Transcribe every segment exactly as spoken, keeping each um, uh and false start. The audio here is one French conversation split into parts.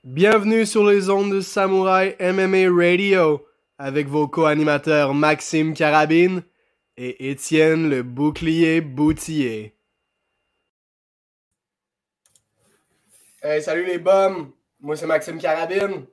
Bienvenue sur les ondes de Samouraï M M A Radio avec vos co-animateurs Maxime Carabine et Étienne le Bouclier Boutillier. Hey, salut les bums! Moi c'est Maxime Carabine.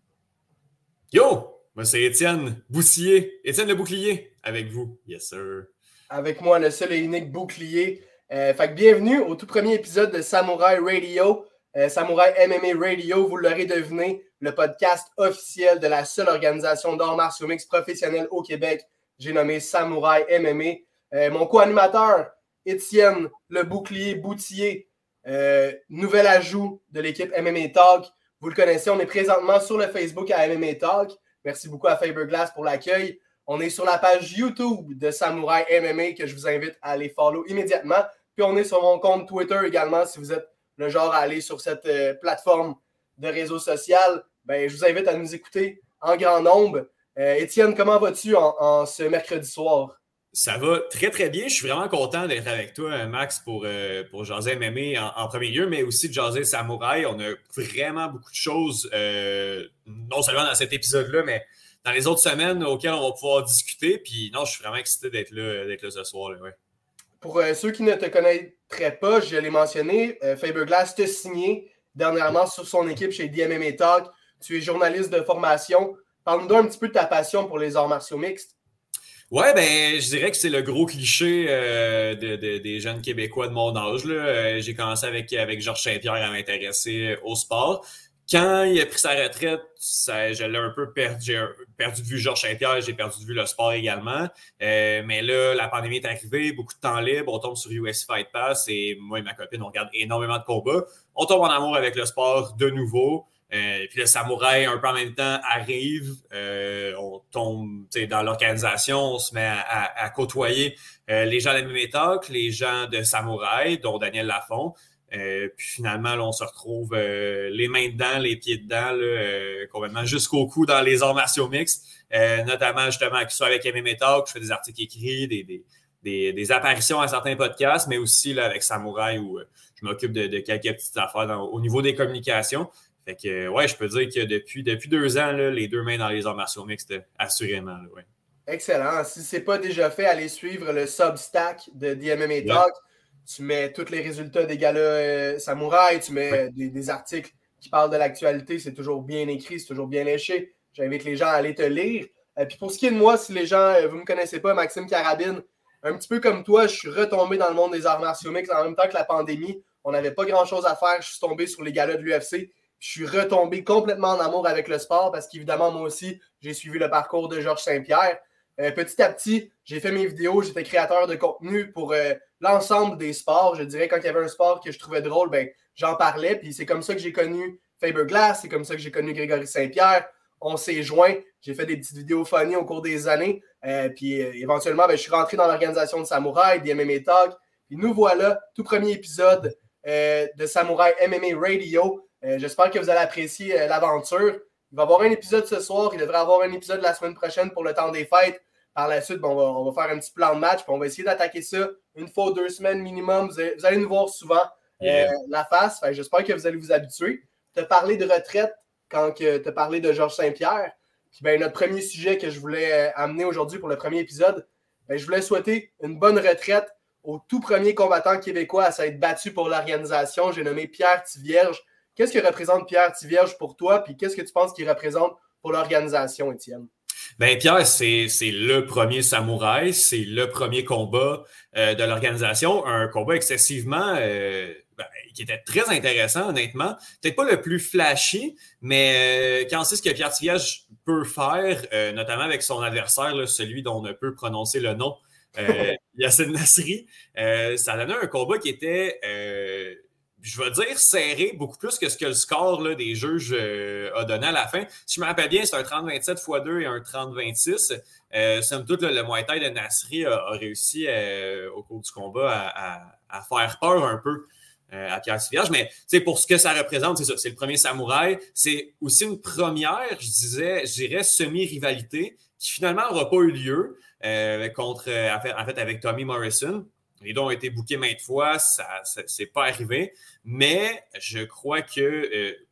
Yo! Moi c'est Étienne Boutillier. Étienne le Bouclier avec vous. Yes sir. Avec moi le seul et unique Bouclier. Euh, fait que bienvenue au tout premier épisode de Samouraï Radio. Euh, Samouraï M M A Radio, vous l'aurez deviné, le podcast officiel de la seule organisation d'arts martiaux mixtes professionnels au Québec. J'ai nommé Samouraï M M A. Euh, mon co-animateur, Étienne le Bouclier Boutillier, euh, nouvel ajout de l'équipe M M A Talk. Vous le connaissez, on est présentement sur le Facebook à M M A Talk. Merci beaucoup à Fiberglass pour l'accueil. On est sur la page YouTube de Samouraï M M A que je vous invite à aller follow immédiatement. Puis on est sur mon compte Twitter également si vous êtes le genre à aller sur cette euh, plateforme de réseau social. Ben, je vous invite à nous écouter en grand nombre. Euh, Étienne, comment vas-tu en, en ce mercredi soir? Ça va très, très bien. Je suis vraiment content d'être avec toi, Max, pour, euh, pour jaser M M A en, en premier lieu, mais aussi de jaser Samouraï. On a vraiment beaucoup de choses, euh, non seulement dans cet épisode-là, mais dans les autres semaines auxquelles on va pouvoir discuter. Puis non, je suis vraiment excité d'être là, d'être là ce soir. Là, ouais. Pour euh, ceux qui ne te connaîtraient pas, je l'ai mentionné, euh, Fiberglass t'a signé dernièrement sur son équipe chez D M M A Talk. Tu es journaliste de formation. Parle-nous donc un petit peu de ta passion pour les arts martiaux mixtes. Ouais, ben, je dirais que c'est le gros cliché euh, de, de, des jeunes Québécois de mon âge. Là. Euh, j'ai commencé avec, avec Georges Saint-Pierre à m'intéresser au sport. Quand il a pris sa retraite, ça, je l'ai un peu perdu. J'ai perdu de vue Georges Saint-Pierre, j'ai perdu de vue le sport également. Euh, mais là, la pandémie est arrivée, beaucoup de temps libre, on tombe sur U F C Fight Pass et moi et ma copine, on regarde énormément de combats. On tombe en amour avec le sport de nouveau. Euh, puis le Samouraï, un peu en même temps, arrive. Euh, on tombe dans l'organisation, on se met à, à, à côtoyer euh, les gens de M M A Talk, les gens de Samouraï, dont Daniel Lafont. Euh, puis finalement, là, on se retrouve euh, les mains dedans, les pieds dedans, là, euh, complètement jusqu'au cou dans les arts martiaux mixtes, euh, notamment justement que ce soit avec M M A Talk, je fais des articles écrits, des, des, des, des apparitions à certains podcasts, mais aussi là, avec Samouraï où euh, je m'occupe de, de quelques petites affaires dans, au niveau des communications. Fait que, ouais, je peux dire que depuis, depuis deux ans, là, les deux mains dans les arts martiaux mixtes, assurément. Là, ouais. Excellent. Si ce n'est pas déjà fait, allez suivre le Substack de D M M A Talk. Ouais. Tu mets tous les résultats des galas euh, Samouraï, tu mets ouais. des, des articles qui parlent de l'actualité. C'est toujours bien écrit, c'est toujours bien léché. J'invite les gens à aller te lire. Euh, puis pour ce qui est de moi, si les gens, euh, vous ne me connaissez pas, Maxime Carabine, un petit peu comme toi, je suis retombé dans le monde des arts martiaux mixtes en même temps que la pandémie. On n'avait pas grand-chose à faire. Je suis tombé sur les galas de l'U F C. Je suis retombé complètement en amour avec le sport parce qu'évidemment, moi aussi, j'ai suivi le parcours de Georges Saint-Pierre. Euh, petit à petit, j'ai fait mes vidéos, j'étais créateur de contenu pour euh, l'ensemble des sports. Je dirais, quand il y avait un sport que je trouvais drôle, ben, j'en parlais. Puis c'est comme ça que j'ai connu Fiberglass, c'est comme ça que j'ai connu Grégory Saint-Pierre. On s'est joints, j'ai fait des petites vidéos funny au cours des années. Euh, puis euh, éventuellement, ben, je suis rentré dans l'organisation de Samouraï, D M M A Talk. Puis nous voilà, tout premier épisode euh, de Samouraï M M A Radio. Euh, j'espère que vous allez apprécier euh, l'aventure. Il va y avoir un épisode ce soir, il devrait y avoir un épisode la semaine prochaine pour le temps des fêtes. Par la suite, bon, on, va, on va faire un petit plan de match, puis on va essayer d'attaquer ça une fois ou deux semaines minimum. Vous allez, vous allez nous voir souvent yeah. euh, la face. Fait, j'espère que vous allez vous habituer. Tu as parlé de retraite quand tu as parlé de Georges Saint-Pierre. Puis ben, notre premier sujet que je voulais euh, amener aujourd'hui pour le premier épisode, ben, je voulais souhaiter une bonne retraite au tout premier combattant québécois à s'être battu pour l'organisation. J'ai nommé Pierre Thivierge. Qu'est-ce que représente Pierre Thivierge pour toi? Puis qu'est-ce que tu penses qu'il représente pour l'organisation, Étienne? Ben Pierre, c'est, c'est le premier samouraï, c'est le premier combat euh, de l'organisation, un combat excessivement, euh, ben, qui était très intéressant, honnêtement. Peut-être pas le plus flashy, mais euh, quand on sait ce que Pierre Thivierge peut faire, euh, notamment avec son adversaire, là, celui dont on ne peut prononcer le nom, euh, Yassine Nasri, euh, ça donnait un combat qui était... Euh, je vais dire serré, beaucoup plus que ce que le score là, des juges euh, a donné à la fin. Si je me rappelle bien, c'est un trente vingt-sept fois deux et un trente vingt-six. Euh, somme toute, là, le Muay Thai de Nasri a, a réussi euh, au cours du combat à, à, à faire peur un peu euh, à Pierre Thivierge. Mais pour ce que ça représente, c'est ça, c'est le premier samouraï. C'est aussi une première, je disais, je dirais, semi-rivalité qui finalement n'aura pas eu lieu euh, contre, en fait, en fait, avec Tommy Morrison. Les deux ont été bookés maintes fois, ça, ça c'est pas arrivé. Mais je crois que euh,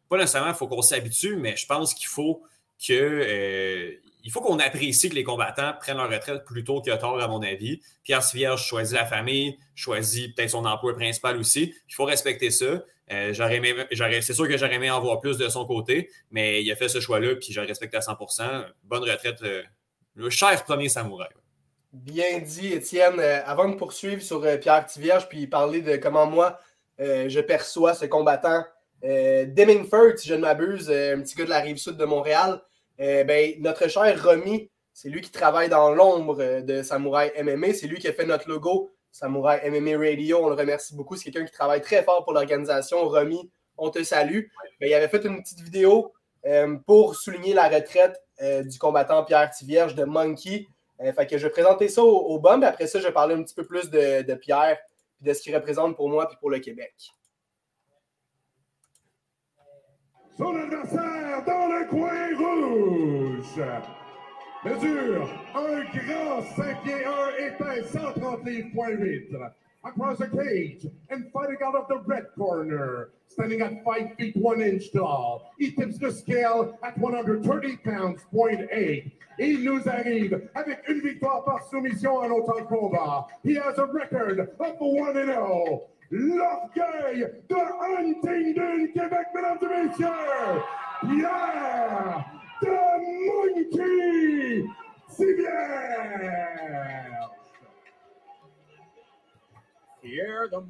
pas nécessairement il faut qu'on s'habitue, mais je pense qu'il faut que euh, il faut qu'on apprécie que les combattants prennent leur retraite plus tôt que tard, à mon avis. Pierre Tivierge choisit la famille, choisit peut-être son emploi principal aussi. Il faut respecter ça. Euh, j'aurais aimé, j'aurais, c'est sûr que j'aurais aimé en voir plus de son côté, mais il a fait ce choix-là, puis je le respecte à cent pour cent. Bonne retraite, euh, le cher premier samouraï. Bien dit, Étienne. Euh, avant de poursuivre sur euh, Pierre Tivierge, puis parler de comment moi, euh, je perçois ce combattant, euh, Demingford, si je ne m'abuse, euh, un petit gars de la Rive-Sud de Montréal, euh, ben, notre cher Romy, c'est lui qui travaille dans l'ombre de Samouraï M M A. C'est lui qui a fait notre logo, Samouraï M M A Radio. On le remercie beaucoup. C'est quelqu'un qui travaille très fort pour l'organisation. Romy, on te salue. Ben, il avait fait une petite vidéo euh, pour souligner la retraite euh, du combattant Pierre Tivierge de Monkey. Euh, fait que je vais présenter ça au, au B O M, et après ça, je vais parler un petit peu plus de, de Pierre et de ce qu'il représente pour moi et pour le Québec. Son adversaire dans le coin rouge mesure un grand cinq pieds un et pèse cent trente livres point huit. Across the cage and fighting out of the red corner, standing at five feet one inch tall. He tips the scale at one hundred thirty pounds point eight. Il nous arrive avec une victoire par soumission en autant de combat. He has a record of one and oh. L'orgueil de Huntingdon, Québec, mesdames et messieurs, Pierre de Monkey Tivierge. Pierre the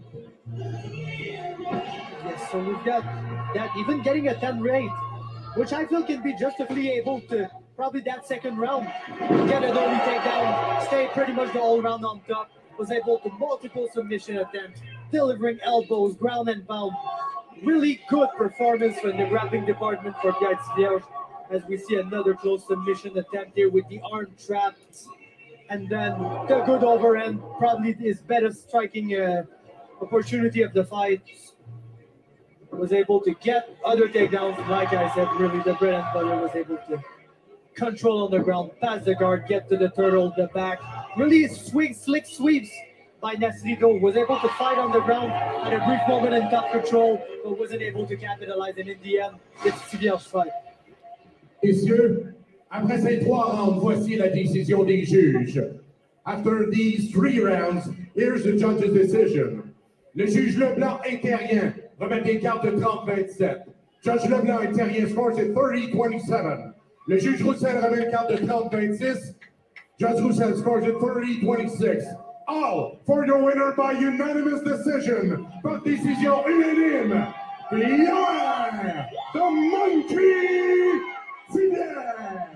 Yes, so we've got that even getting a ten rate, which I feel can be justifiably able to probably that second round get a dirty takedown, stay pretty much the whole round on top, was able to multiple submission attempts, delivering elbows, ground and pound. Really good performance in the grappling department for Pierre Tivierge, as we see another close submission attempt here with the arm trapped. And then the good overhand, probably his better striking uh, opportunity of the fight. Was able to get other takedowns. Like I said, really the bread and butter, was able to control on the ground, pass the guard, get to the turtle, the back. Really swing, slick sweeps by Nacido. Was able to fight on the ground at a brief moment in top control, but wasn't able to capitalize. And in the end, it's Tivierge's fight. Messieurs, après ces trois rounds, voici la décision des juges. After these three rounds, here's the judge's decision. Le juge Leblanc Interrien remet des cartes de trente vingt-sept. Judge Leblanc Interrien scores at thirty twenty-seven. Le juge Roussel remet une carte de trente vingt-six. Judge Roussel scores at thirty twenty-six. All for your winner by unanimous decision. Par décision unanime, Pierre the Monkey Tivierge.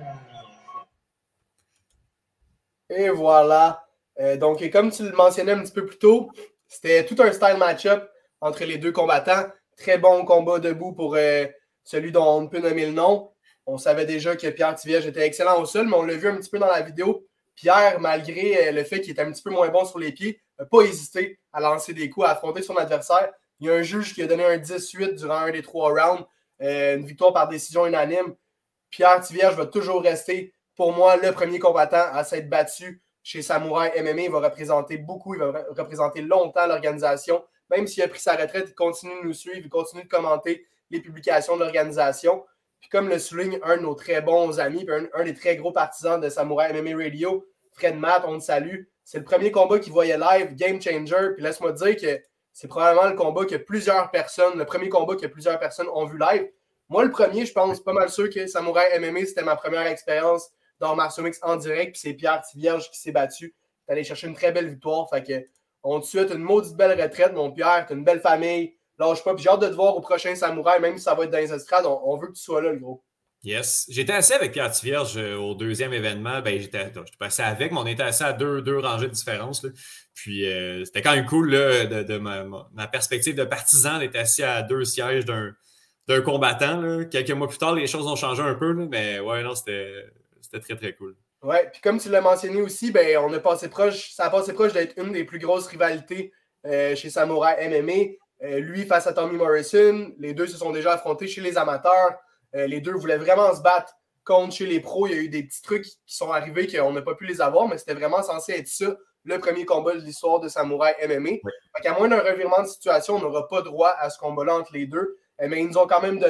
Et voilà. Euh, donc, comme tu le mentionnais un petit peu plus tôt, c'était tout un style match-up entre les deux combattants. Très bon combat debout pour euh, celui dont on ne peut nommer le nom. On savait déjà que Pierre Tivierge était excellent au sol, mais on l'a vu un petit peu dans la vidéo. Pierre, malgré euh, le fait qu'il était un petit peu moins bon sur les pieds, n'a pas hésité à lancer des coups, à affronter son adversaire. Il y a un juge qui a donné un dix-huit durant un des trois rounds, euh, une victoire par décision unanime. Pierre Tivierge va toujours rester, pour moi, le premier combattant à s'être battu chez Samouraï M M A. Il va représenter beaucoup, il va représenter longtemps l'organisation. Même s'il a pris sa retraite, il continue de nous suivre, il continue de commenter les publications de l'organisation. Puis comme le souligne un de nos très bons amis, un, un des très gros partisans de Samouraï M M A Radio, Fred Matt, on le salue. C'est le premier combat qu'il voyait live, Game Changer. Puis laisse-moi te dire que c'est probablement le combat que plusieurs personnes, le premier combat que plusieurs personnes ont vu live. Moi, le premier, je pense pas mal sûr que Samouraï M M A, c'était ma première expérience d'arts martiaux mixtes en direct. Puis c'est Pierre Tivierge qui s'est battu. T'es allé chercher une très belle victoire. Fait que on te souhaite une maudite belle retraite, mon Pierre. T'as une belle famille. Lâche pas. Puis j'ai hâte de te voir au prochain Samouraï, même si ça va être dans les estrades. On, on veut que tu sois là, le gros. Yes. J'étais assis avec Pierre Tivierge euh, au deuxième événement. Ben, j'étais, j'étais pas assis avec, mais on était assis à deux, deux rangées de différence. Là. Puis euh, c'était quand même cool là, de, de ma, ma perspective de partisan d'être assis à deux sièges d'un, d'un combattant. Là. Quelques mois plus tard, les choses ont changé un peu. Là, mais ouais, non, c'était, c'était très, très cool. Ouais, puis comme tu l'as mentionné aussi, ben, on a passé proche, ça a passé proche d'être une des plus grosses rivalités euh, chez Samouraï M M A. Euh, lui face à Tommy Morrison, les deux se sont déjà affrontés chez les amateurs. Euh, les deux voulaient vraiment se battre contre chez les pros. Il y a eu des petits trucs qui sont arrivés qu'on n'a pas pu les avoir, mais c'était vraiment censé être ça, le premier combat de l'histoire de Samouraï M M A. Oui. Fait qu'à moins d'un revirement de situation, on n'aura pas droit à ce combat-là entre les deux. Euh, mais ils nous ont quand même donné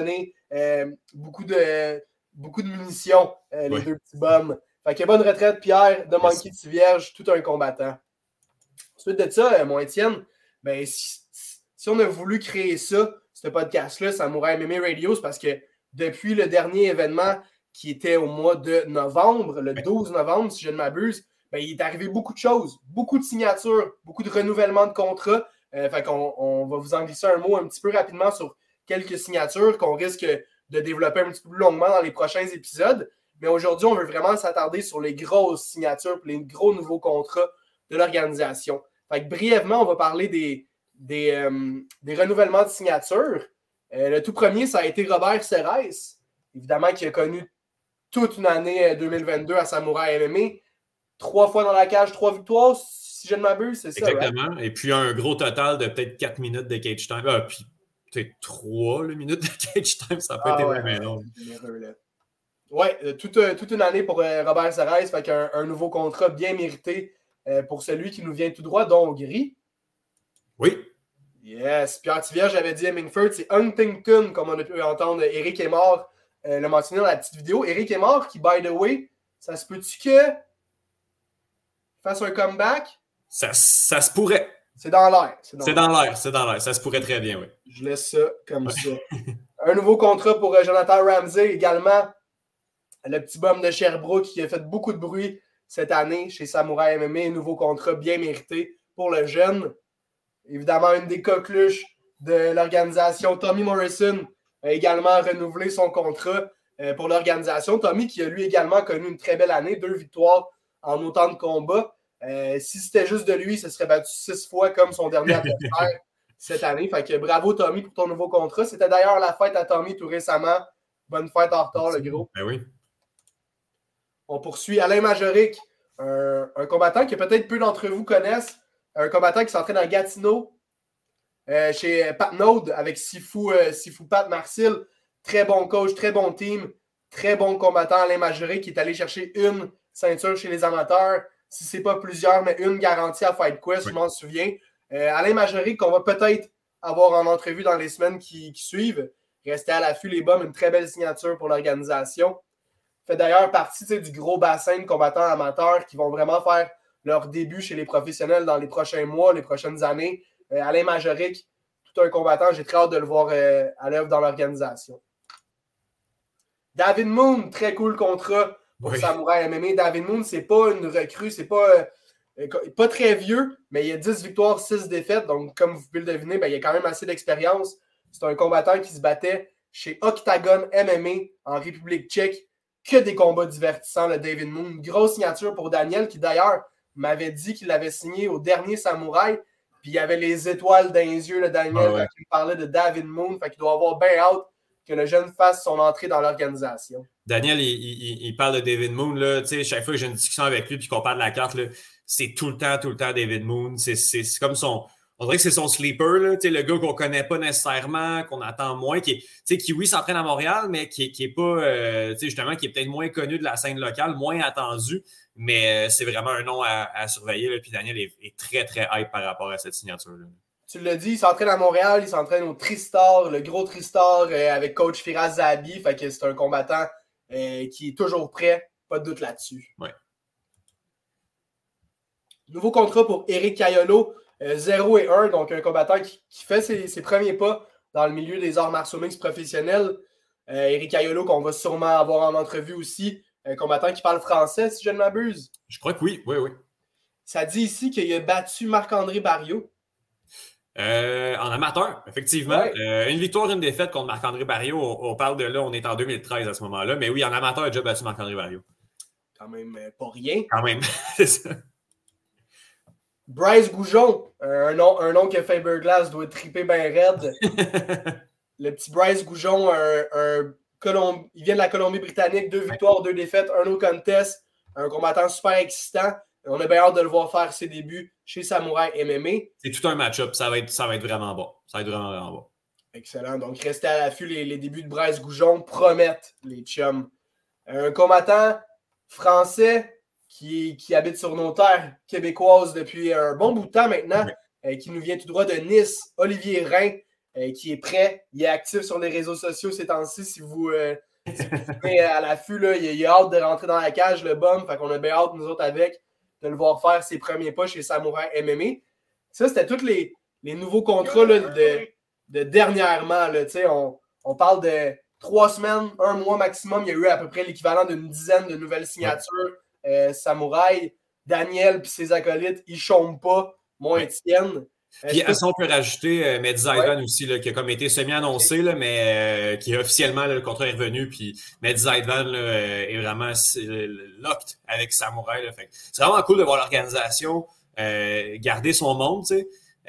Euh, beaucoup, de, beaucoup de munitions, euh, les ouais. deux petits bums. Fait que bonne retraite, Pierre, de Monkey yes. Tivierge, tout un combattant. Ensuite de ça, euh, mon Étienne, ben, si, si on a voulu créer ça, ce podcast-là, Samouraï M M A Radio, c'est parce que depuis le dernier événement qui était au mois de novembre, le douze novembre, si je ne m'abuse, ben, il est arrivé beaucoup de choses, beaucoup de signatures, beaucoup de renouvellement de contrats. Euh, fait qu'on on va vous en glisser un mot un petit peu rapidement sur quelques signatures qu'on risque de développer un petit peu plus longuement dans les prochains épisodes. Mais aujourd'hui, on veut vraiment s'attarder sur les grosses signatures et les gros nouveaux contrats de l'organisation. Fait que brièvement, on va parler des, des, euh, des renouvellements de signatures. Euh, le tout premier, ça a été Robert Serres, évidemment, qui a connu toute une année deux mille vingt-deux à Samouraï M M A. Trois fois dans la cage, trois victoires, si je ne m'abuse, c'est ça. Exactement. Right? Et puis un gros total de peut-être quatre minutes de cage time. Ah, puis peut-être trois minutes de cage time, ça peut ah, être ouais, vraiment long. Oui, euh, toute, euh, toute une année pour euh, Robert Serres, fait qu'un un nouveau contrat bien mérité euh, pour celui qui nous vient tout droit d'Hongrie. Oui. Yes. Pierre Tivierge, j'avais dit Hemingford, c'est Huntington, comme on a pu entendre Éric Aymard euh, le mentionner dans la petite vidéo. Éric Aymard, qui, by the way, ça se peut-tu que fasse un comeback? Ça, ça se pourrait. C'est dans l'air. C'est dans l'air, c'est dans l'air. Ça se pourrait très bien, oui. Je laisse ça comme ouais. ça. Un nouveau contrat pour euh, Jonathan Ramsey également. Le petit bum de Sherbrooke qui a fait beaucoup de bruit cette année chez Samouraï M M A. Un nouveau contrat bien mérité pour le jeune. Évidemment, une des coqueluches de l'organisation, Tommy Morrison, a également renouvelé son contrat euh, pour l'organisation. Tommy qui a lui également connu une très belle année, deux victoires en autant de combats. Euh, si c'était juste de lui, ce serait battu six fois comme son dernier adversaire cette année. Fait que bravo Tommy pour ton nouveau contrat. C'était d'ailleurs la fête à Tommy tout récemment. Bonne fête en retard, le gros. Ben oui. On poursuit Alain Majoric, un, un combattant que peut-être peu d'entre vous connaissent. Un combattant qui s'entraîne à Gatineau, euh, chez Pat Node, avec Sifu, euh, Sifu Pat Marcil. Très bon coach, très bon team, très bon combattant. Alain Majoric qui est allé chercher une ceinture chez les amateurs. Si ce n'est pas plusieurs, mais une garantie à Fight Quest, oui. Je m'en souviens. Euh, Alain Majoric, qu'on va peut-être avoir en entrevue dans les semaines qui, qui suivent. Restez à l'affût, les bombes, une très belle signature pour l'organisation. Fait d'ailleurs partie du gros bassin de combattants amateurs qui vont vraiment faire leur début chez les professionnels dans les prochains mois, les prochaines années. Euh, Alain Majoric, tout un combattant, j'ai très hâte de le voir euh, à l'œuvre dans l'organisation. David Moon, très cool contrat pour oui. Samouraï M M A. David Moon, c'est pas une recrue, c'est pas, euh, pas très vieux, mais il a dix victoires, six défaites. Donc, comme vous pouvez le deviner, ben, il a quand même assez d'expérience. C'est un combattant qui se battait chez Octagon M M A en République tchèque. Que des combats divertissants, le David Moon. Grosse signature pour Daniel, qui d'ailleurs m'avait dit qu'il avait signé au dernier Samouraï. Puis il y avait les étoiles dans les yeux, le Daniel, ah ouais. quand il parlait de David Moon. Fait qu'il doit avoir bien hâte que le jeune fasse son entrée dans l'organisation. Daniel, il, il, il parle de David Moon. Là, chaque fois que j'ai une discussion avec lui et qu'on parle de la carte, là, c'est tout le temps, tout le temps David Moon. C'est, c'est, c'est comme son... On dirait que c'est son sleeper, là, le gars qu'on ne connaît pas nécessairement, qu'on attend moins, qui, est, qui oui, s'entraîne à Montréal, mais qui n'est pas, euh, justement, qui est peut-être moins connu de la scène locale, moins attendu, mais euh, c'est vraiment un nom à, à surveiller. Là, puis Daniel est, est très, très hype par rapport à cette signature-là. Tu l'as dit, il s'entraîne à Montréal, il s'entraîne au Tristar, le gros Tristar euh, avec coach Firas Zahabi, fait que c'est un combattant euh, qui est toujours prêt, pas de doute là-dessus. Ouais. Nouveau contrat pour Éric Caiolo. Euh, zéro et un, donc un combattant qui, qui fait ses, ses premiers pas dans le milieu des arts martiaux mixtes professionnels. Euh, Éric Caiolo, qu'on va sûrement avoir en entrevue aussi. Un combattant qui parle français, si je ne m'abuse. Je crois que oui, oui, oui. Ça dit ici qu'il a battu Marc-André Barriault. Euh, en amateur, effectivement. Ouais. Euh, une victoire, une défaite contre Marc-André Barriault. On, on parle de là, on est en deux mille treize à ce moment-là. Mais oui, en amateur, il a déjà battu Marc-André Barriault. Quand même euh, pas rien. Quand même, c'est ça. Bryce Goujon, un nom, un nom que Faberglass doit triper bien raide. Le petit Bryce Goujon, un, un Colomb... il vient de la Colombie-Britannique, deux victoires, deux défaites, un no contest, un combattant super excitant. On a bien hâte de le voir faire ses débuts chez Samouraï M M A. C'est tout un match-up, ça va être, ça va être vraiment bon. Ça va être vraiment, vraiment bon. Excellent. Donc, restez à l'affût, les, les débuts de Bryce Goujon promettent, les chums. Un combattant français Qui, qui habite sur nos terres québécoises depuis un bon bout de temps maintenant, oui. euh, qui nous vient tout droit de Nice, Olivier Rhin, euh, qui est prêt. Il est actif sur les réseaux sociaux ces temps-ci. Si vous, euh, si vous êtes à l'affût, là, il, il a hâte de rentrer dans la cage, le bum. Fait qu'on a bien hâte, nous autres, avec, de le voir faire ses premiers pas chez Samouraï M M A. Ça, c'était tous les, les nouveaux contrats là, de, de dernièrement. Là, on, on parle de trois semaines, un mois maximum. Il y a eu à peu près l'équivalent d'une dizaine de nouvelles signatures. Euh, Samouraï, Daniel puis ses acolytes, ils chôment pas. Mon ouais. Étienne. Puis, à ça, on peut rajouter euh, Mehdi Zaïdan ouais. aussi, là, qui a comme été semi-annoncé, là, mais euh, qui est officiellement, là, le contrat est revenu. Puis, Mehdi Zaïdan là, est vraiment euh, locked avec Samouraï. Là, fait. C'est vraiment cool de voir l'organisation euh, garder son monde, tu sais,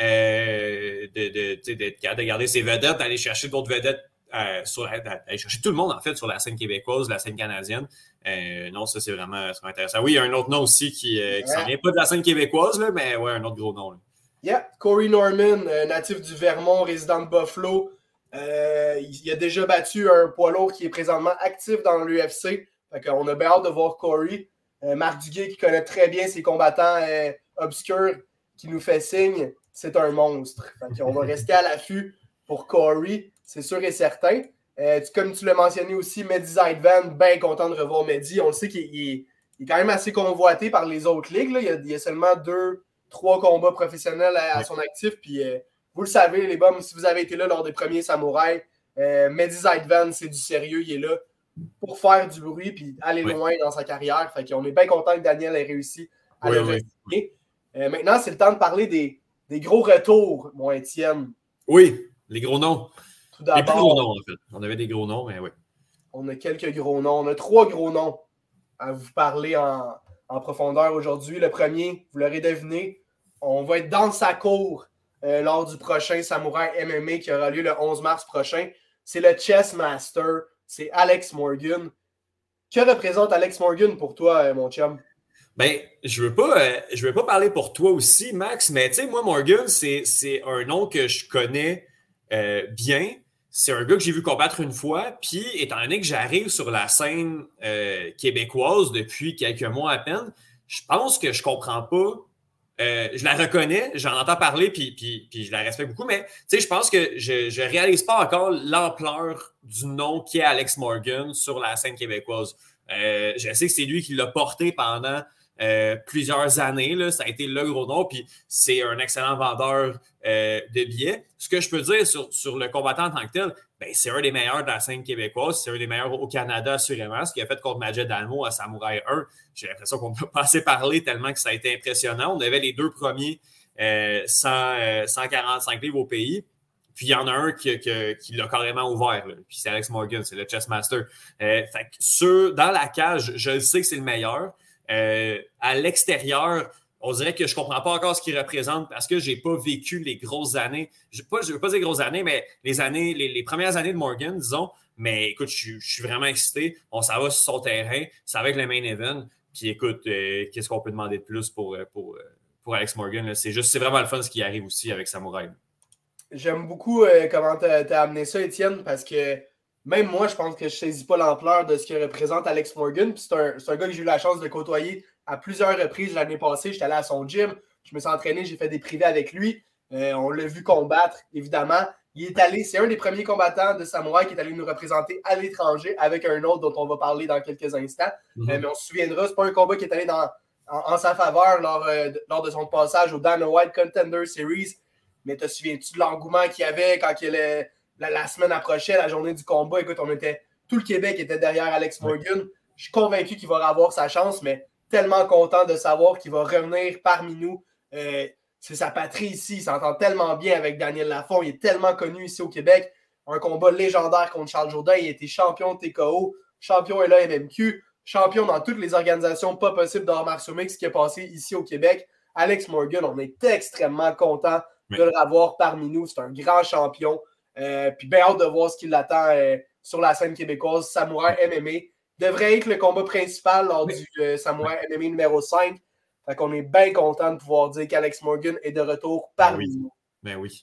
euh, de, de, de, de garder ses vedettes, d'aller chercher d'autres vedettes, euh, sur la, d'aller chercher tout le monde, en fait, sur la scène québécoise, la scène canadienne. Euh, non, ça, c'est vraiment, c'est vraiment intéressant. Oui, il y a un autre nom aussi qui ne ouais. vient pas de la scène québécoise, là, mais ouais, un autre gros nom. Là. Yeah, Corey Norman, euh, natif du Vermont, résident de Buffalo. Euh, il a déjà battu un poids lourd qui est présentement actif dans l'U F C. Fait qu'on a bien hâte de voir Corey. Euh, Marc Duguay, qui connaît très bien ses combattants euh, obscurs, qui nous fait signe, c'est un monstre. Fait qu'on va rester à l'affût pour Corey, c'est sûr et certain. Euh, tu, comme tu l'as mentionné aussi, Mehdi Zaïdan, bien content de revoir Mehdi. On le sait qu'il est, il est quand même assez convoité par les autres ligues. Là. Il, y a, il y a seulement deux... trois combats professionnels à, à son actif. Puis euh, vous le savez, les bums, si vous avez été là lors des premiers Samouraïs, euh, Mehdi Zaïdan, c'est du sérieux. Il est là pour faire du bruit puis aller oui. loin dans sa carrière. Fait qu'on est bien content que Daniel ait réussi à oui, le oui. signer. Euh, maintenant, c'est le temps de parler des, des gros retours, mon Étienne. Oui, les gros noms. Tout d'abord, les plus gros noms, en fait. On avait des gros noms, mais oui. On a quelques gros noms. On a trois gros noms à vous parler en, en profondeur aujourd'hui. Le premier, vous l'aurez deviné, on va être dans sa cour euh, lors du prochain Samouraï M M A qui aura lieu le onze mars prochain. C'est le Chess Master, c'est Alex Morgan. Que représente Alex Morgan pour toi, euh, mon chum? Ben, je veux pas, euh, je veux pas parler pour toi aussi, Max, mais tu sais, moi, Morgan, c'est, c'est un nom que je connais euh, bien. C'est un gars que j'ai vu combattre une fois, puis étant donné que j'arrive sur la scène euh, québécoise depuis quelques mois à peine, je pense que je comprends pas. Euh, je la reconnais, j'en entends parler, puis, puis, puis je la respecte beaucoup, mais je pense que je ne réalise pas encore l'ampleur du nom qu'est Alex Morgan sur la scène québécoise. Euh, je sais que c'est lui qui l'a porté pendant euh, plusieurs années, là, ça a été le gros nom, puis c'est un excellent vendeur euh, de billets. Ce que je peux dire sur, sur le combattant en tant que tel, ben, c'est un des meilleurs de la scène québécoise, c'est un des meilleurs au Canada, assurément. Ce qu'il a fait contre Majed Almo à Samouraï un, j'ai l'impression qu'on ne peut pas assez parler tellement que ça a été impressionnant. On avait les deux premiers euh, cent, euh, cent quarante-cinq livres au pays. Puis il y en a un qui, qui, qui l'a carrément ouvert. Là. Puis c'est Alex Morgan, c'est le Chess Master. Euh, fait que sur, dans la cage, je le sais que c'est le meilleur. Euh, à l'extérieur, on dirait que je ne comprends pas encore ce qu'il représente parce que je n'ai pas vécu les grosses années. Je ne veux pas dire grosses années, mais les années, les, les premières années de Morgan, disons. Mais écoute, je, je suis vraiment excité. On s'en va sur son terrain. Ça va avec le main event. Puis écoute, euh, qu'est-ce qu'on peut demander de plus pour, pour, pour Alex Morgan? Là? C'est juste, c'est vraiment le fun ce qui arrive aussi avec Samouraï. J'aime beaucoup euh, comment tu as amené ça, Étienne, parce que même moi, je pense que je ne saisis pas l'ampleur de ce que représente Alex Morgan. Puis c'est un, c'est un gars que j'ai eu la chance de côtoyer à plusieurs reprises l'année passée. J'étais allé à son gym, je me suis entraîné, j'ai fait des privés avec lui. Euh, on l'a vu combattre, évidemment. Il est allé, c'est un des premiers combattants de Samouraï qui est allé nous représenter à l'étranger avec un autre dont on va parler dans quelques instants. Mm-hmm. Euh, mais on se souviendra, c'est pas un combat qui est allé dans, en, en sa faveur lors, euh, de, lors de son passage au Dana White Contender Series. Mais te souviens-tu de l'engouement qu'il y avait quand il le, la, la semaine approchait, la journée du combat? Écoute, on était, tout le Québec était derrière Alex Morgan. Je suis convaincu qu'il va avoir sa chance, mais tellement content de savoir qu'il va revenir parmi nous. Euh, c'est sa patrie ici. Il s'entend tellement bien avec Daniel Lafont. Il est tellement connu ici au Québec. Un combat légendaire contre Charles Jourdain. Il a été champion de T K O, champion L A M M Q, champion dans toutes les organisations pas possibles d'arts martiaux mixtes qui est passé ici au Québec. Alex Morgan, on est extrêmement content de le revoir parmi nous. C'est un grand champion. Euh, puis bien hâte de voir ce qui l'attend euh, sur la scène québécoise. Samouraï M M A devrait être le combat principal lors oui. du euh, Samouraï M M A numéro cinq. Fait qu'on est bien content de pouvoir dire qu'Alex Morgan est de retour parmi ben oui. nous. Ben oui.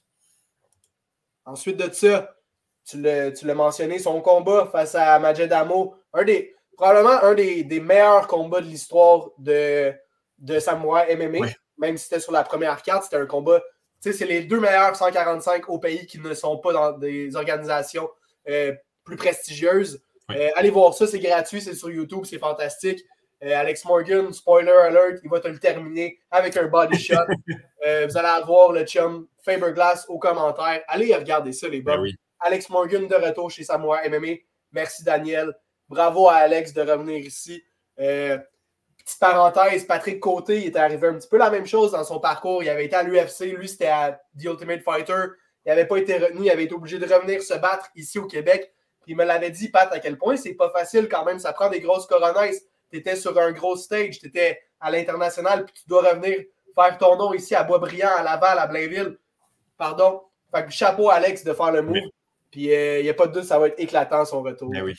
Ensuite de ça, tu l'as, tu l'as mentionné, son combat face à Majed Almo, un des, probablement un des, des meilleurs combats de l'histoire de, de Samouraï M M A. Oui. Même si c'était sur la première carte, c'était un combat sais, c'est les deux meilleurs cent quarante-cinq au pays qui ne sont pas dans des organisations euh, plus prestigieuses. Oui. Euh, allez voir ça, c'est gratuit, c'est sur YouTube, c'est fantastique. Euh, Alex Morgan, spoiler alert, il va te le terminer avec un body shot. euh, vous allez avoir le chum Faberglass aux commentaires. Allez regarder ça, les boys. Oui. Alex Morgan de retour chez Samouraï M M A. Merci, Daniel. Bravo à Alex de revenir ici. Euh, petite parenthèse, Patrick Côté, il était arrivé un petit peu la même chose dans son parcours. Il avait été à l'U F C. Lui, c'était à The Ultimate Fighter. Il n'avait pas été retenu. Il avait été obligé de revenir se battre ici au Québec. Puis il me l'avait dit, Pat, à quel point c'est pas facile quand même. Ça prend des grosses coronaises. Tu étais sur un gros stage. Tu étais à l'international. Puis tu dois revenir faire ton nom ici à Boisbriand, à Laval, à Blainville. Pardon. Fait que chapeau, Alex, de faire le move. Oui. Puis il euh, n'y a pas de doute, ça va être éclatant son retour. Ben oui.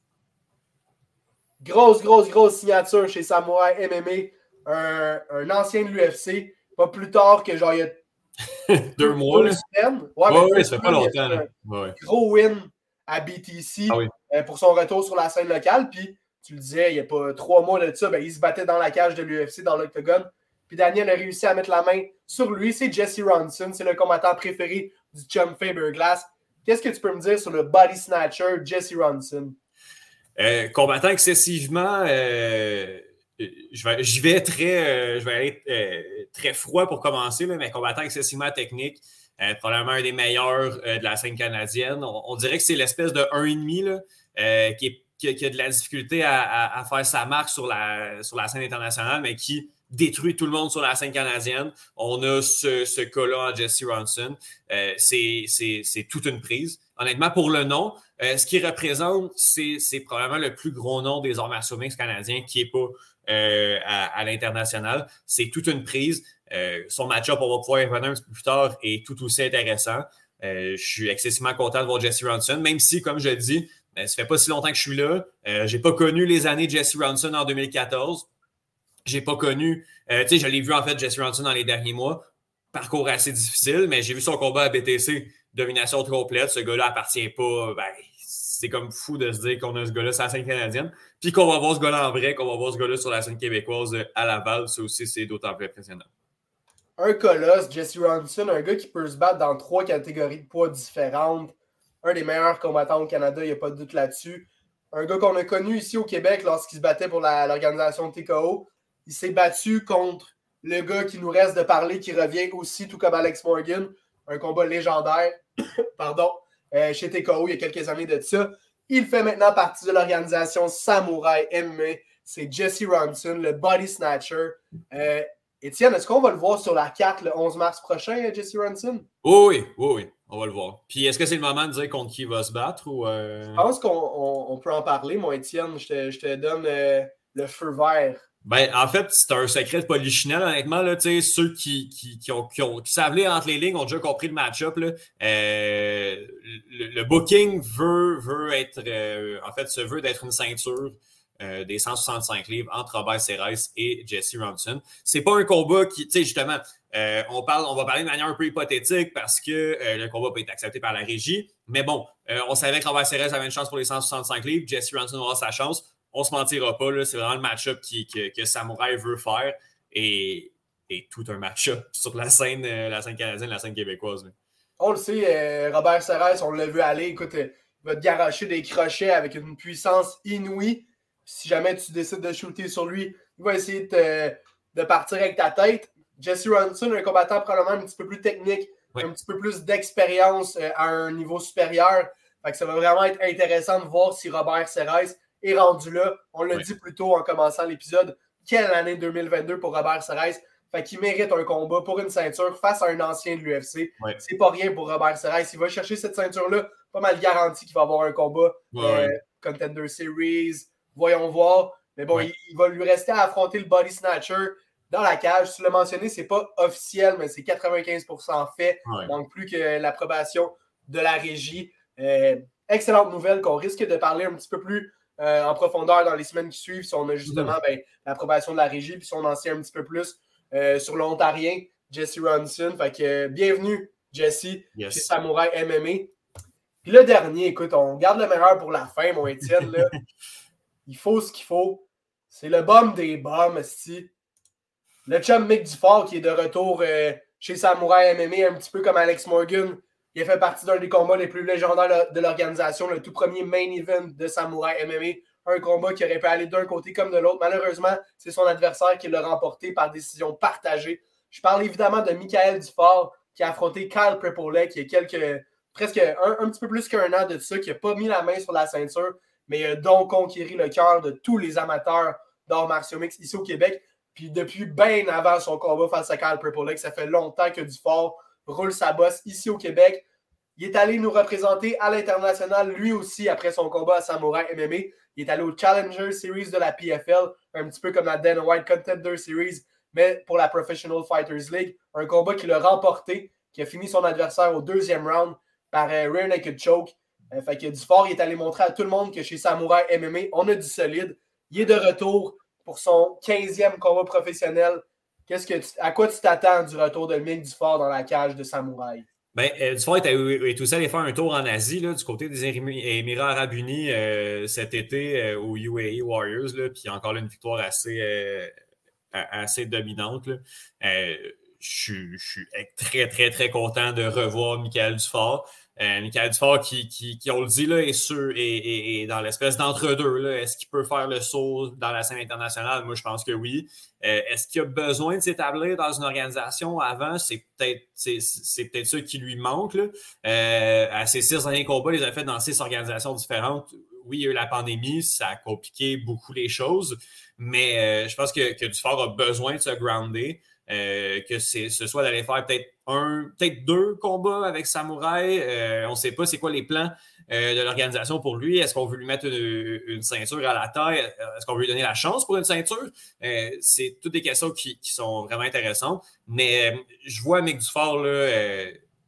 Grosse, grosse, grosse signature chez Samouraï M M A. Un, un ancien de l'U F C. Pas plus tard que genre il y a deux, deux mois. Deux semaines. Ouais, ouais, ouais ça fait pas longtemps. Un ouais. gros win à B T C ah oui. euh, pour son retour sur la scène locale. Puis tu le disais, il n'y a pas trois mois de ça, ben, il se battait dans la cage de l'U F C, dans l'octogone. Puis Daniel a réussi à mettre la main sur lui. C'est Jesse Ronson. C'est le combattant préféré du chum Faberglass. Qu'est-ce que tu peux me dire sur le body snatcher Jesse Ronson? Euh, combattant excessivement, euh, je vais, j'y vais très, euh, je vais aller euh, très froid pour commencer, là, mais combattant excessivement technique, euh, probablement un des meilleurs euh, de la scène canadienne. On, on dirait que c'est l'espèce de un virgule cinq euh, qui, est, qui, qui a de la difficulté à, à, à faire sa marque sur la, sur la scène internationale, mais qui détruit tout le monde sur la scène canadienne. On a ce, ce cas-là en Jesse Ronson. Euh, c'est, c'est, c'est toute une prise. Honnêtement, pour le nom, euh, ce qu'il représente, c'est, c'est probablement le plus gros nom des arts martiaux mixtes canadiens qui n'est pas euh, à, à l'international. C'est toute une prise. Euh, son match-up, on va pouvoir y revenir un petit peu plus tard, est tout aussi intéressant. Euh, je suis excessivement content de voir Jesse Ronson, même si, comme je le dis, euh, ça fait pas si longtemps que je suis là. Euh, j'ai pas connu les années de Jesse Ronson en deux mille quatorze. J'ai pas connu, euh, tu sais, je l'ai vu en fait, Jesse Ronson dans les derniers mois. Parcours assez difficile, mais j'ai vu son combat à B T C, domination complète. Ce gars-là appartient pas, ben, c'est comme fou de se dire qu'on a ce gars-là sur la scène canadienne. Puis qu'on va voir ce gars-là en vrai, qu'on va voir ce gars-là sur la scène québécoise à Laval, ça aussi, c'est d'autant plus impressionnant. Un colosse, Jesse Ronson, un gars qui peut se battre dans trois catégories de poids différentes. Un des meilleurs combattants au Canada, il n'y a pas de doute là-dessus. Un gars qu'on a connu ici au Québec lorsqu'il se battait pour la, l'organisation T K O. Il s'est battu contre le gars qui nous reste de parler, qui revient aussi, tout comme Alex Morgan. Un combat légendaire, pardon, euh, chez T K O il y a quelques années de ça. Il fait maintenant partie de l'organisation Samouraï M M A. C'est Jesse Ronson, le body snatcher. Euh, Étienne, est-ce qu'on va le voir sur la carte le onze mars prochain, Jesse Ronson? Oh oui, oui, oui, on va le voir. Puis est-ce que c'est le moment de dire contre qui il va se battre? Ou euh... Je pense qu'on on, on peut en parler, mon Étienne. Je te, je te donne euh, le feu vert. Ben, en fait, c'est un secret de polichinelle, honnêtement. Là, ceux qui, qui, qui, ont, qui, ont, qui savent lire entre les lignes ont déjà compris le match-up. Là. Euh, le, le booking veut, veut être, euh, en fait, se veut d'être une ceinture euh, des cent soixante-cinq livres entre Robert Serres et Jesse Ronson. C'est pas un combat qui, tu sais, justement, euh, on, parle, on va parler de manière un peu hypothétique parce que euh, le combat peut être accepté par la régie. Mais bon, euh, on savait que Robert Serres avait une chance pour les cent soixante-cinq livres. Jesse Ronson aura sa chance. On ne se mentira pas, là, c'est vraiment le match-up qui, que, que Samouraï veut faire et, et tout un match-up sur la scène, euh, la scène canadienne, la scène québécoise. Mais. On le sait, euh, Robert Serres, on l'a vu aller. Écoute, euh, il va te garocher des crochets avec une puissance inouïe. Si jamais tu décides de shooter sur lui, il va essayer de, te, de partir avec ta tête. Jesse Ronson, un combattant probablement un petit peu plus technique, oui. un petit peu plus d'expérience euh, à un niveau supérieur. Fait que ça va vraiment être intéressant de voir si Robert Serres est rendu là. On l'a oui. dit plus tôt en commençant l'épisode. Quelle année deux mille vingt-deux pour Robert Serres. Fait qu'il mérite un combat pour une ceinture face à un ancien de l'U F C. Oui. C'est pas rien pour Robert Serres. Il va chercher cette ceinture-là. Pas mal garanti qu'il va avoir un combat. Oui. Euh, Contender Series. Voyons voir. Mais bon, oui. il, il va lui rester à affronter le body snatcher dans la cage. Tu l'as mentionné, c'est pas officiel, mais c'est quatre-vingt-quinze pour cent fait. Oui. Il manque plus que l'approbation de la régie. Euh, excellente nouvelle qu'on risque de parler un petit peu plus Euh, en profondeur dans les semaines qui suivent, si on a justement ben, l'approbation de la régie, puis si on en sait un petit peu plus euh, sur l'Ontarien, Jesse Ronson. Fait que euh, bienvenue, Jesse, yes. chez Samouraï M M A. Puis le dernier, écoute, on garde le meilleur pour la fin, mon Étienne. Là. Il faut ce qu'il faut. C'est le bum des bums, esti. Le chum Mick Dufort qui est de retour euh, chez Samouraï M M A, un petit peu comme Alex Morgan. Il a fait partie d'un des combats les plus légendaires de l'organisation, le tout premier main event de Samouraï M M A. Un combat qui aurait pu aller d'un côté comme de l'autre. Malheureusement, c'est son adversaire qui l'a remporté par décision partagée. Je parle évidemment de Michael Dufort qui a affronté Kyle Prepolek il y a quelques, presque un, un petit peu plus qu'un an de ça, qui n'a pas mis la main sur la ceinture, mais il a donc conquéri le cœur de tous les amateurs d'arts martiaux mixtes ici au Québec. Puis depuis bien avant son combat face à Kyle Prepolek, ça fait longtemps que Dufort roule sa bosse ici au Québec. Il est allé nous représenter à l'international, lui aussi, après son combat à Samouraï M M A. Il est allé au Challenger Series de la P F L, un petit peu comme la Dana White Contender Series, mais pour la Professional Fighters League. Un combat qu'il a remporté, qui a fini son adversaire au deuxième round par euh, Rear Naked Choke. Euh, fait que Dufort, il est allé montrer à tout le monde que chez Samouraï M M A, on a du solide. Il est de retour pour son quinzième combat professionnel. Qu'est-ce que tu, à quoi tu t'attends du retour de Mick Dufort dans la cage de Samouraï? Ben, euh, Dufort est, est aussi allé faire un tour en Asie, là, du côté des Émirats Arabes Unis euh, cet été euh, au U A E Warriors, là, puis encore là, une victoire assez, euh, assez dominante. Là. Euh, je suis très, très, très content de revoir Michael Dufort. Euh, Michael Dufort qui, qui, qui, on le dit, là, est, sûr, est, est, est dans l'espèce d'entre-deux. Là. Est-ce qu'il peut faire le saut dans la scène internationale? Moi, je pense que oui. Euh, est-ce qu'il a besoin de s'établir dans une organisation avant? C'est peut-être, c'est, c'est peut-être ça qui lui manque. Là. Euh, à ses six derniers combats, il les a fait dans six organisations différentes. Oui, il y a eu la pandémie, ça a compliqué beaucoup les choses, mais euh, je pense que, que Dufort a besoin de se grounder. Euh, que c'est, ce soit d'aller faire peut-être un, peut-être deux combats avec Samouraï. Euh, on ne sait pas c'est quoi les plans euh, de l'organisation pour lui. Est-ce qu'on veut lui mettre une, une ceinture à la taille? Est-ce qu'on veut lui donner la chance pour une ceinture? Euh, c'est toutes des questions qui, qui sont vraiment intéressantes. Mais euh, je vois Mick Dufort là, euh,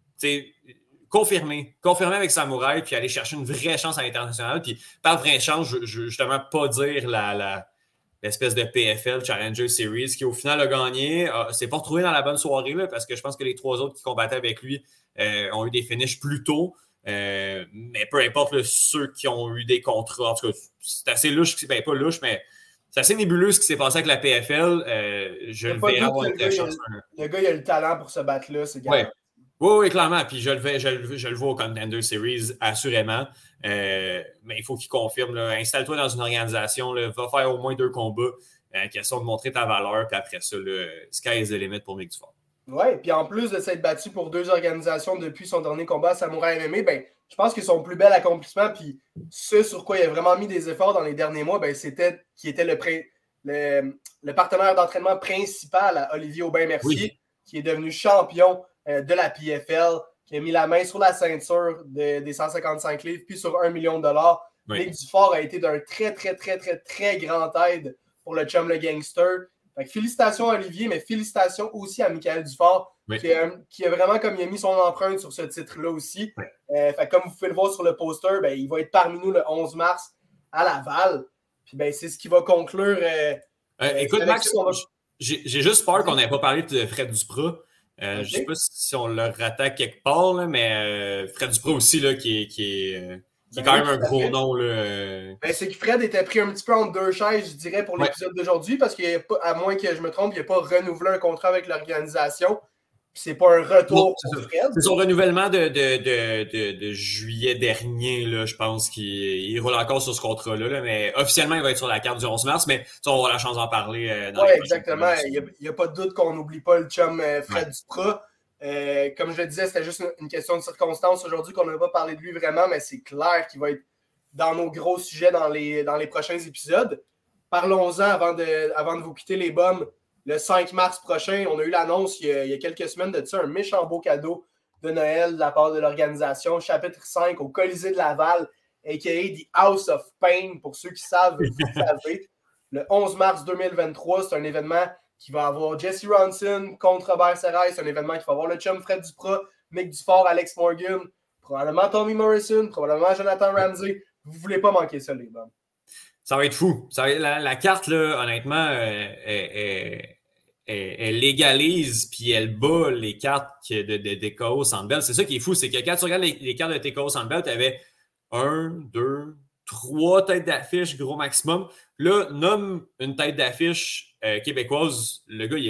confirmer, confirmer avec Samouraï, puis aller chercher une vraie chance à l'international. Puis par vraie chance, je, je justement pas dire la, la l'espèce de P F L Challenger Series qui au final a gagné. Euh, s'est pas retrouvé dans la bonne soirée là, parce que je pense que les trois autres qui combattaient avec lui euh, ont eu des finishes plus tôt. Euh, mais peu importe là, ceux qui ont eu des contrats, en tout cas, c'est assez louche, ben pas louche, mais c'est assez nébuleux ce qui s'est passé avec la P F L. Euh, je le verrai avoir une chance. Le gars, il a le talent pour se battre là, c'est ouais. Oui, oui, clairement. Puis je le, vais, je, le, je le vois au Contender Series, assurément. Euh, mais il faut qu'il confirme. Là, installe-toi dans une organisation, là, va faire au moins deux combats, euh, question de montrer ta valeur. Puis après ça, le sky is the limit pour Mick Dufort. Oui, puis en plus de s'être battu pour deux organisations depuis son dernier combat à Samouraï M M A, ben, je pense que son plus bel accomplissement, puis ce sur quoi il a vraiment mis des efforts dans les derniers mois, ben, c'était qu'il était le, pré, le, le partenaire d'entraînement principal à Olivier Aubin-Mercier, oui. qui est devenu champion de la P F L, qui a mis la main sur la ceinture de, des cent cinquante-cinq livres, puis sur un million de dollars. Oui. Mick Dufort a été d'un très, très, très, très, très grand aide pour le chum le gangster. Fait que félicitations à Olivier, mais félicitations aussi à Michael Dufort, oui. qui, a, qui a vraiment comme il a mis son empreinte sur ce titre-là aussi. Oui. Euh, fait que comme vous pouvez le voir sur le poster, ben, il va être parmi nous le onze mars à Laval. Puis ben, c'est ce qui va conclure. Euh, euh, écoute, Max, va... j'ai, j'ai juste peur qu'on n'ait pas parlé de Fred Duprat. Euh, okay. Je ne sais pas si on le rattaque quelque part, là, mais euh, Fred Duprat aussi, là, qui est, qui est, euh, qui est ben quand oui, même un gros fait. nom. Là. Ben, c'est que Fred était pris un petit peu entre deux chaises, je dirais, pour l'épisode ouais. d'aujourd'hui, parce qu'à moins que je me trompe, il n'a pas renouvelé un contrat avec l'organisation. C'est pas un retour non, pour Fred. C'est son renouvellement de, de, de, de, de juillet dernier, là, je pense qu'il il roule encore sur ce contrat-là, là, mais officiellement, il va être sur la carte du onze mars, mais on aura la chance d'en parler. Euh, oui, exactement. Il n'y a, a pas de doute qu'on n'oublie pas le chum euh, Fred ouais. Duprat. Euh, comme je le disais, c'était juste une, une question de circonstance aujourd'hui qu'on n'a pas parlé de lui vraiment, mais c'est clair qu'il va être dans nos gros sujets dans les, dans les prochains épisodes. Parlons-en avant de, avant de vous quitter les bombes. Le cinq mars prochain, on a eu l'annonce il y a, il y a quelques semaines de ça, un méchant beau cadeau de Noël de la part de l'organisation. Chapitre cinq au Colisée de Laval, a k a. The House of Pain, pour ceux qui savent, vous savez. Le onze mars deux mille vingt-trois, c'est un événement qui va avoir Jesse Ronson contre Robert Serraille. C'est un événement qui va avoir le chum Fred Duprat, Mick Dufort, Alex Morgan, probablement Tommy Morrison, probablement Jonathan Ramsey. Vous ne voulez pas manquer ça, les gars. Ça va être fou. Ça va être, la, la carte, là, honnêtement, euh, est, est, Elle, elle légalise puis elle bat les cartes de, de, de T K O Sandbell. C'est ça qui est fou, c'est que quand tu regardes les, les cartes de T K O Sandbell, tu avais un, deux, trois têtes d'affiche, gros maximum. Là, nomme une tête d'affiche euh, québécoise, le gars, il est là.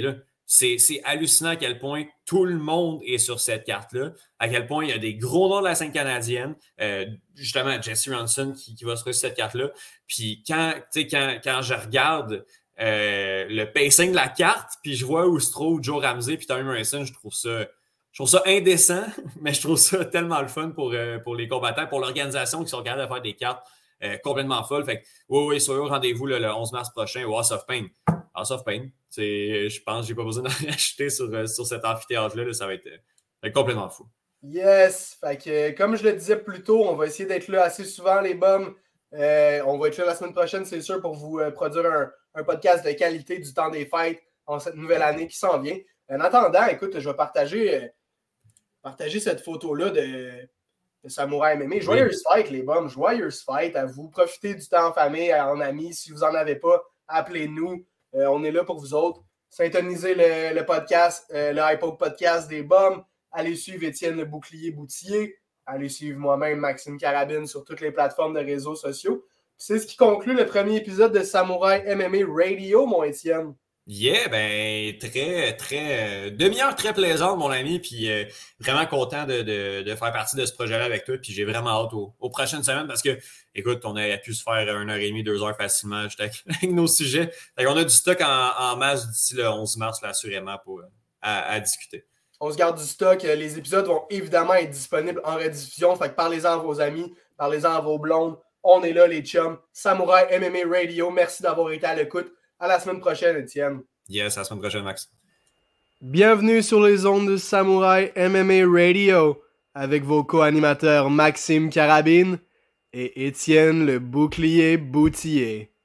c'est, c'est hallucinant à quel point tout le monde est sur cette carte-là, à quel point il y a des gros noms de la scène canadienne, euh, justement Jesse Ronson qui, qui va se retrouver sur cette carte-là. Puis quand, quand, quand je regarde euh, le pacing de la carte, puis je vois où se trouve Joe Ramsey puis Tommy Morrison, je trouve ça, je trouve ça indécent, mais je trouve ça tellement le fun pour, euh, pour les combattants, pour l'organisation qui sont capables de faire des cartes euh, complètement folles. Fait que oui, oui, soyez au rendez-vous là, le onze mars prochain au House of Pain. House of Pain. C'est, je pense que j'ai pas besoin d'en racheter sur, sur cet amphithéâtre-là. Là, ça va être, ça va être complètement fou. Yes! Fait que, comme je le disais plus tôt, on va essayer d'être là assez souvent, les bums. Euh, on va être là la semaine prochaine, c'est sûr, pour vous euh, produire un, un podcast de qualité du temps des fêtes en cette nouvelle année qui s'en vient. En attendant, écoute, je vais partager, euh, partager cette photo-là de, de Samouraï M M A. Joyeuse oui. Fête, les bums. Joyeuse fête à vous. Profitez du temps en famille, en amis. Si vous n'en avez pas, appelez-nous. Euh, on est là pour vous autres. Syntonisez le, le podcast, euh, le iPod Podcast des Bums. Allez suivre Étienne le Bouclier Boutier. Allez suivre moi-même, Maxime Carabine, sur toutes les plateformes de réseaux sociaux. C'est ce qui conclut le premier épisode de Samouraï M M A Radio, mon Étienne. Yeah, ben, très, très, euh, demi-heure très plaisante, mon ami, puis euh, vraiment content de, de, de faire partie de ce projet-là avec toi, puis j'ai vraiment hâte aux, aux prochaines semaines parce que, écoute, on a pu se faire une heure et demie, deux heures facilement juste avec, avec nos sujets. Fait qu'on a du stock en, en masse d'ici le onze mars, là, assurément, pour, à, à discuter. On se garde du stock. Les épisodes vont évidemment être disponibles en rediffusion, fait que parlez-en à vos amis, parlez-en à vos blondes. On est là, les chums. Samouraï M M A Radio, merci d'avoir été à l'écoute. À la semaine prochaine, Étienne. Yes, à la semaine prochaine, Max. Bienvenue sur les ondes de Samouraï M M A Radio avec vos co-animateurs Maxime Carabine et Étienne le Bouclier Boutier.